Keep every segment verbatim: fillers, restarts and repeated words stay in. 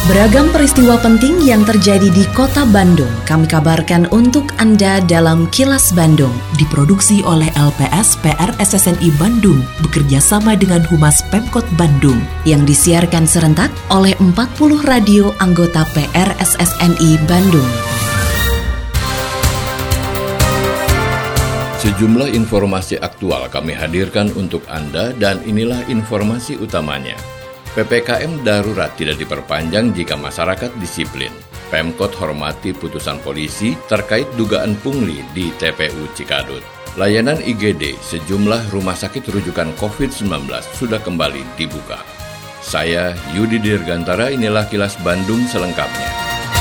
Beragam peristiwa penting yang terjadi di Kota Bandung kami kabarkan untuk Anda dalam Kilas Bandung. Diproduksi oleh L P S P R S S N I Bandung bekerja sama dengan Humas Pemkot Bandung yang disiarkan serentak oleh empat puluh radio anggota P R S S N I Bandung. Sejumlah informasi aktual kami hadirkan untuk Anda dan inilah informasi utamanya. P P K M darurat tidak diperpanjang jika masyarakat disiplin. Pemkot hormati putusan polisi terkait dugaan pungli di T P U Cikadut. Layanan I G D sejumlah rumah sakit rujukan covid sembilan belas sudah kembali dibuka. Saya Yudi Dirgantara, inilah Kilas Bandung selengkapnya.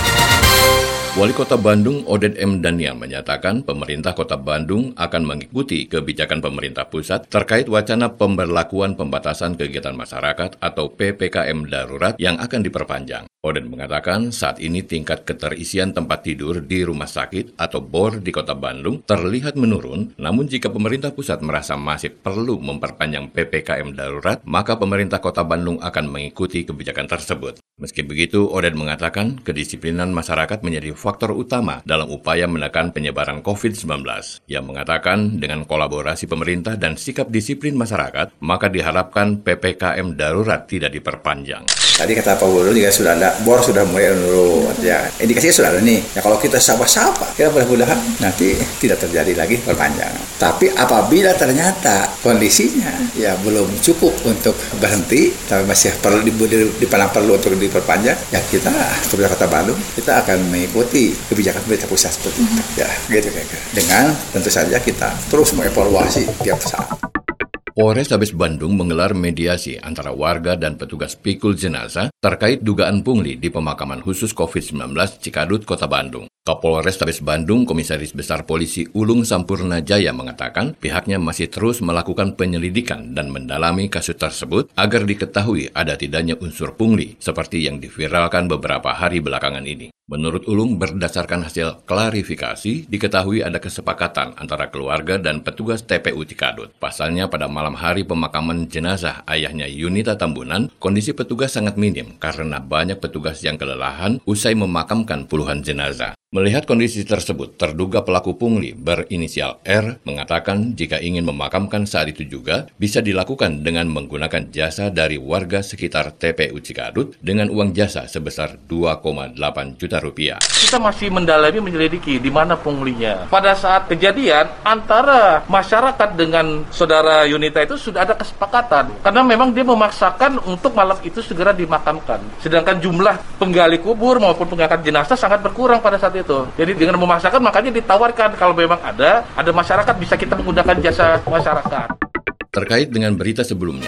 Wali Kota Bandung Oded M. Daniel menyatakan pemerintah Kota Bandung akan mengikuti kebijakan pemerintah pusat terkait wacana pemberlakuan pembatasan kegiatan masyarakat atau P P K M darurat yang akan diperpanjang. Oded mengatakan saat ini tingkat keterisian tempat tidur di rumah sakit atau B O R di Kota Bandung terlihat menurun, namun jika pemerintah pusat merasa masih perlu memperpanjang P P K M darurat, maka pemerintah Kota Bandung akan mengikuti kebijakan tersebut. Meski begitu, Oded mengatakan kedisiplinan masyarakat menjadi faktor utama dalam upaya menekan penyebaran covid sembilan belas. Ia mengatakan dengan kolaborasi pemerintah dan sikap disiplin masyarakat, maka diharapkan P P K M darurat tidak diperpanjang. Tadi kata Pak Gubernur juga sudah ada, B O R sudah mulai menurun. Ya, indikasinya sudah ada nih. Ya kalau kita sabar-sabar, kita mudah-mudahan nanti tidak terjadi lagi perpanjangan. Tapi apabila ternyata kondisinya ya belum cukup untuk berhenti, tapi masih perlu dipandang perlu untuk diperpanjang, ya kita pemerintah Kota Bandung kita akan mengikuti kebijakan pemerintah pusat seperti itu. Ya, gitu kira-kira. Dengan tentu saja kita terus mengevaluasi tiap saat. Polrestabes Bandung menggelar mediasi antara warga dan petugas pikul jenazah terkait dugaan pungli di pemakaman khusus covid sembilan belas Cikadut, Kota Bandung. Kapolrestabes Bandung, Komisaris Besar Polisi Ulung Sampurna Jaya mengatakan pihaknya masih terus melakukan penyelidikan dan mendalami kasus tersebut agar diketahui ada tidaknya unsur pungli seperti yang diviralkan beberapa hari belakangan ini. Menurut Ulung, berdasarkan hasil klarifikasi, diketahui ada kesepakatan antara keluarga dan petugas T P U Cikadut. Pasalnya pada malam hari pemakaman jenazah ayahnya Yunita Tambunan, kondisi petugas sangat minim karena banyak petugas yang kelelahan usai memakamkan puluhan jenazah. Melihat kondisi tersebut, terduga pelaku pungli berinisial R mengatakan jika ingin memakamkan saat itu juga bisa dilakukan dengan menggunakan jasa dari warga sekitar T P U Cikadut dengan uang jasa sebesar dua koma delapan juta rupiah. Kita masih mendalami menyelidiki di mana punglinya. Pada saat kejadian antara masyarakat dengan saudara Yunita itu sudah ada kesepakatan karena memang dia memaksakan untuk malam itu segera dimakamkan. Sedangkan jumlah penggali kubur maupun pengangkat jenazah sangat berkurang pada saat itu. Jadi dengan memaksakan makanya ditawarkan kalau memang ada ada masyarakat bisa kita menggunakan jasa masyarakat. Terkait dengan berita sebelumnya,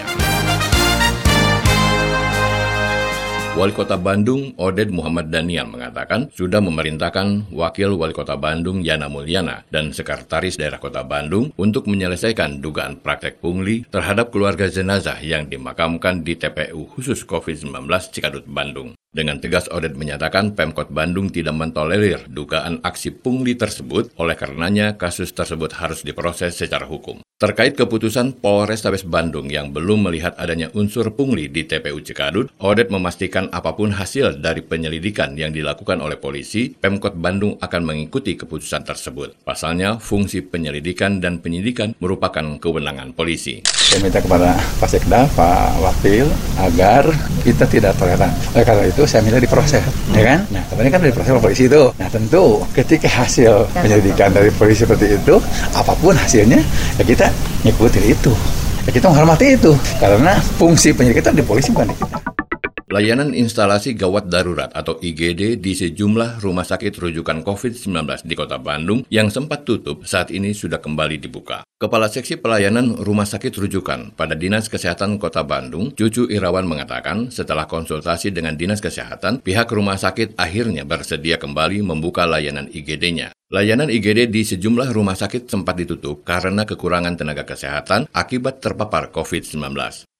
Wali Kota Bandung, Oded Muhammad Daniel mengatakan sudah memerintahkan Wakil Wali Kota Bandung, Yana Mulyana, dan Sekretaris Daerah Kota Bandung untuk menyelesaikan dugaan praktek pungli terhadap keluarga jenazah yang dimakamkan di T P U khusus covid sembilan belas Cikadut, Bandung. Dengan tegas, Oded menyatakan Pemkot Bandung tidak mentolerir dugaan aksi pungli tersebut, oleh karenanya kasus tersebut harus diproses secara hukum. Terkait keputusan Polrestabes Bandung yang belum melihat adanya unsur pungli di T P U Cikadut, Oded memastikan apapun hasil dari penyelidikan yang dilakukan oleh polisi, Pemkot Bandung akan mengikuti keputusan tersebut. Pasalnya, fungsi penyelidikan dan penyidikan merupakan kewenangan polisi. Saya minta kepada Pak Sekda, Pak Wakil, agar kita tidak toleran. Oleh karena itu, saya minta diproses, ya kan? Nah, katanya kan diproses oleh polisi itu. Nah, tentu ketika hasil penyelidikan dari polisi seperti itu, apapun hasilnya, ya kita ngikutin itu. Ya kita menghormati itu, karena fungsi penyelidikan di polisi bukan di kita. Layanan instalasi gawat darurat atau I G D di sejumlah rumah sakit rujukan covid sembilan belas di Kota Bandung yang sempat tutup saat ini sudah kembali dibuka. Kepala Seksi Pelayanan Rumah Sakit Rujukan pada Dinas Kesehatan Kota Bandung, Cucu Irawan mengatakan setelah konsultasi dengan Dinas Kesehatan, pihak rumah sakit akhirnya bersedia kembali membuka layanan I G D-nya. Layanan I G D di sejumlah rumah sakit sempat ditutup karena kekurangan tenaga kesehatan akibat terpapar covid sembilan belas.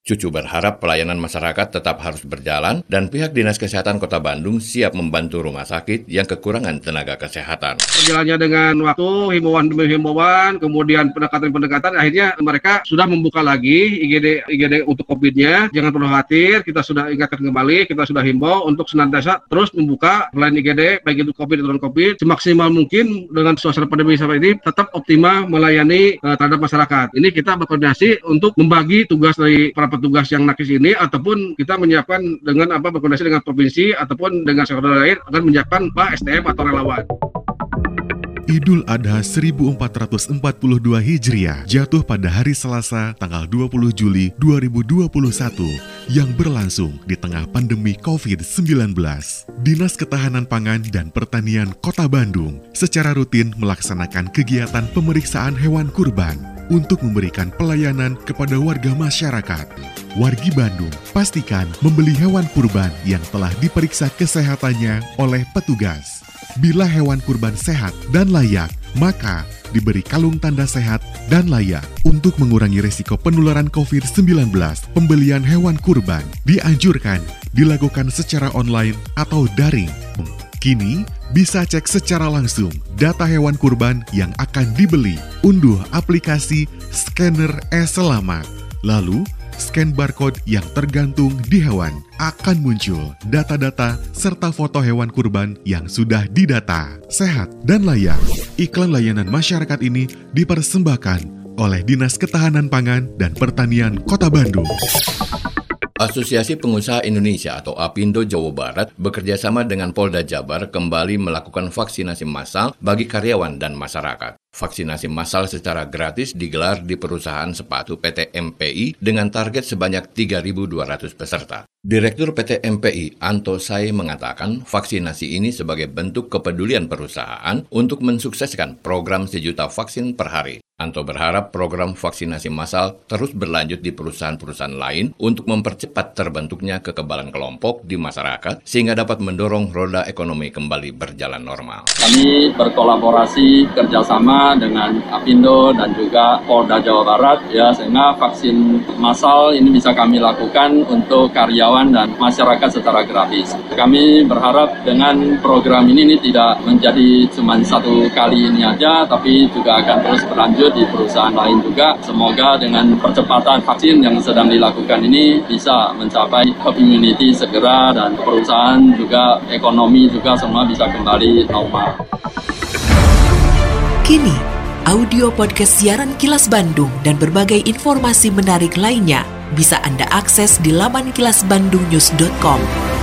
Cucu berharap pelayanan masyarakat tetap harus berjalan dan pihak Dinas Kesehatan Kota Bandung siap membantu rumah sakit yang kekurangan tenaga kesehatan. Berjalannya dengan waktu, himbauan demi himbauan, kemudian pendekatan-pendekatan, akhirnya mereka sudah membuka lagi I G D I G D untuk COVID-nya. Jangan perlu khawatir, kita sudah ingatkan kembali, kita sudah himbau untuk senantiasa terus membuka selain I G D, baik itu COVID atau non-COVID, semaksimal mungkin dengan suasana pandemi seperti ini, tetap optimal melayani uh, terhadap masyarakat. Ini kita berkoordinasi untuk membagi tugas dari para petugas yang nakes ini, ataupun kita menyiapkan dengan apa berkoordinasi dengan provinsi ataupun dengan sektor lain akan menyiapkan Pak S D M atau relawan. Idul Adha seribu empat ratus empat puluh dua Hijriah jatuh pada hari Selasa tanggal dua puluh Juli dua ribu dua puluh satu yang berlangsung di tengah pandemi covid sembilan belas. Dinas Ketahanan Pangan dan Pertanian Kota Bandung secara rutin melaksanakan kegiatan pemeriksaan hewan kurban untuk memberikan pelayanan kepada warga masyarakat. Wargi Bandung pastikan membeli hewan kurban yang telah diperiksa kesehatannya oleh petugas. Bila hewan kurban sehat dan layak, maka diberi kalung tanda sehat dan layak. Untuk mengurangi risiko penularan covid sembilan belas, pembelian hewan kurban dianjurkan dilakukan secara online atau daring. Kini, bisa cek secara langsung data hewan kurban yang akan dibeli. Unduh aplikasi Scanner e-Selamat. Lalu, scan barcode yang tergantung di hewan. Akan muncul data-data serta foto hewan kurban yang sudah didata. Sehat dan layak. Iklan layanan masyarakat ini dipersembahkan oleh Dinas Ketahanan Pangan dan Pertanian Kota Bandung. Asosiasi Pengusaha Indonesia atau APindo Jawa Barat bekerjasama dengan Polda Jabar kembali melakukan vaksinasi massal bagi karyawan dan masyarakat. Vaksinasi massal secara gratis digelar di perusahaan sepatu P T M P I dengan target sebanyak tiga ribu dua ratus peserta. Direktur P T M P I, Anto Sai, mengatakan vaksinasi ini sebagai bentuk kepedulian perusahaan untuk mensukseskan program sejuta vaksin per hari. Anto berharap program vaksinasi massal terus berlanjut di perusahaan-perusahaan lain untuk mempercepat terbentuknya kekebalan kelompok di masyarakat sehingga dapat mendorong roda ekonomi kembali berjalan normal. Kami berkolaborasi kerjasama dengan APindo dan juga Polda Jawa Barat ya, sehingga vaksin massal ini bisa kami lakukan untuk karyawan dan masyarakat secara gratis. Kami berharap dengan program ini, ini tidak menjadi cuma satu kali ini aja, tapi juga akan terus berlanjut di perusahaan lain juga. Semoga dengan percepatan vaksin yang sedang dilakukan ini bisa mencapai herd immunity segera dan perusahaan juga ekonomi juga semua bisa kembali normal. Kini, audio podcast siaran Kilas Bandung dan berbagai informasi menarik lainnya bisa Anda akses di laman kilas bandung news dot com.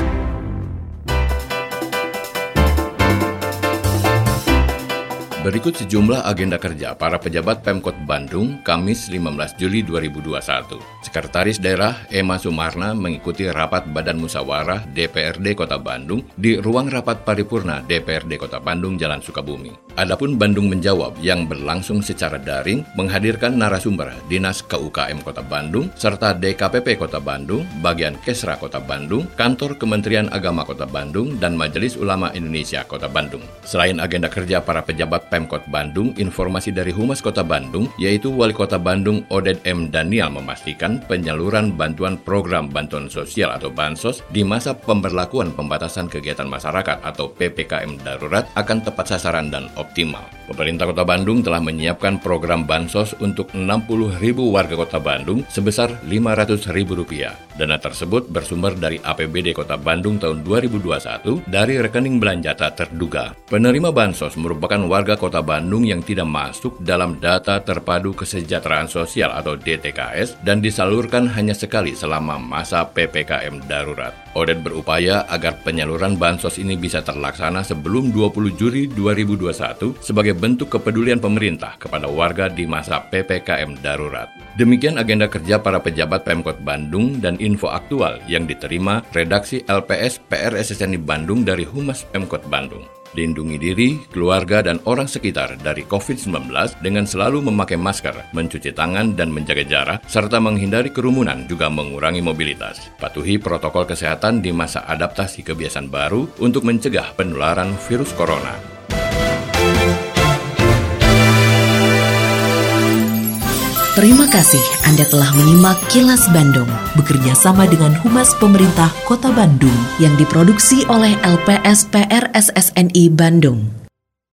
Berikut sejumlah agenda kerja para pejabat Pemkot Bandung Kamis lima belas Juli dua ribu dua puluh satu. Sekretaris Daerah Emma Sumarna mengikuti rapat Badan Musyawarah D P R D Kota Bandung di ruang rapat paripurna D P R D Kota Bandung Jalan Sukabumi. Adapun Bandung Menjawab yang berlangsung secara daring menghadirkan narasumber Dinas K U K M Kota Bandung serta D K P P Kota Bandung, Bagian Kesra Kota Bandung, Kantor Kementerian Agama Kota Bandung, dan Majelis Ulama Indonesia Kota Bandung. Selain agenda kerja para pejabat Pemkot Bandung, informasi dari Humas Kota Bandung, yaitu Wali Kota Bandung Oded M. Daniel memastikan penyaluran bantuan program bantuan sosial atau Bansos di masa pemberlakuan pembatasan kegiatan masyarakat atau P P K M darurat akan tepat sasaran dan optimal. Pemerintah Kota Bandung telah menyiapkan program Bansos untuk enam puluh ribu warga Kota Bandung sebesar lima ratus ribu rupiah. Dana tersebut bersumber dari A P B D Kota Bandung tahun dua ribu dua puluh satu dari rekening belanja tak terduga. Penerima Bansos merupakan warga Kota Bandung yang tidak masuk dalam data terpadu kesejahteraan sosial atau D T K S dan disalurkan hanya sekali selama masa P P K M darurat. Oded berupaya agar penyaluran Bansos ini bisa terlaksana sebelum dua puluh Juli dua ribu dua puluh satu sebagai bentuk kepedulian pemerintah kepada warga di masa P P K M darurat. Demikian agenda kerja para pejabat Pemkot Bandung dan info aktual yang diterima redaksi L P S P R S S N I Bandung dari Humas Pemkot Bandung. Lindungi diri, keluarga, dan orang sekitar dari covid sembilan belas dengan selalu memakai masker, mencuci tangan, dan menjaga jarak, serta menghindari kerumunan juga mengurangi mobilitas. Patuhi protokol kesehatan di masa adaptasi kebiasaan baru untuk mencegah penularan virus corona. Terima kasih Anda telah menyimak Kilas Bandung bekerja sama dengan Humas Pemerintah Kota Bandung yang diproduksi oleh L P S P R S S N I Bandung.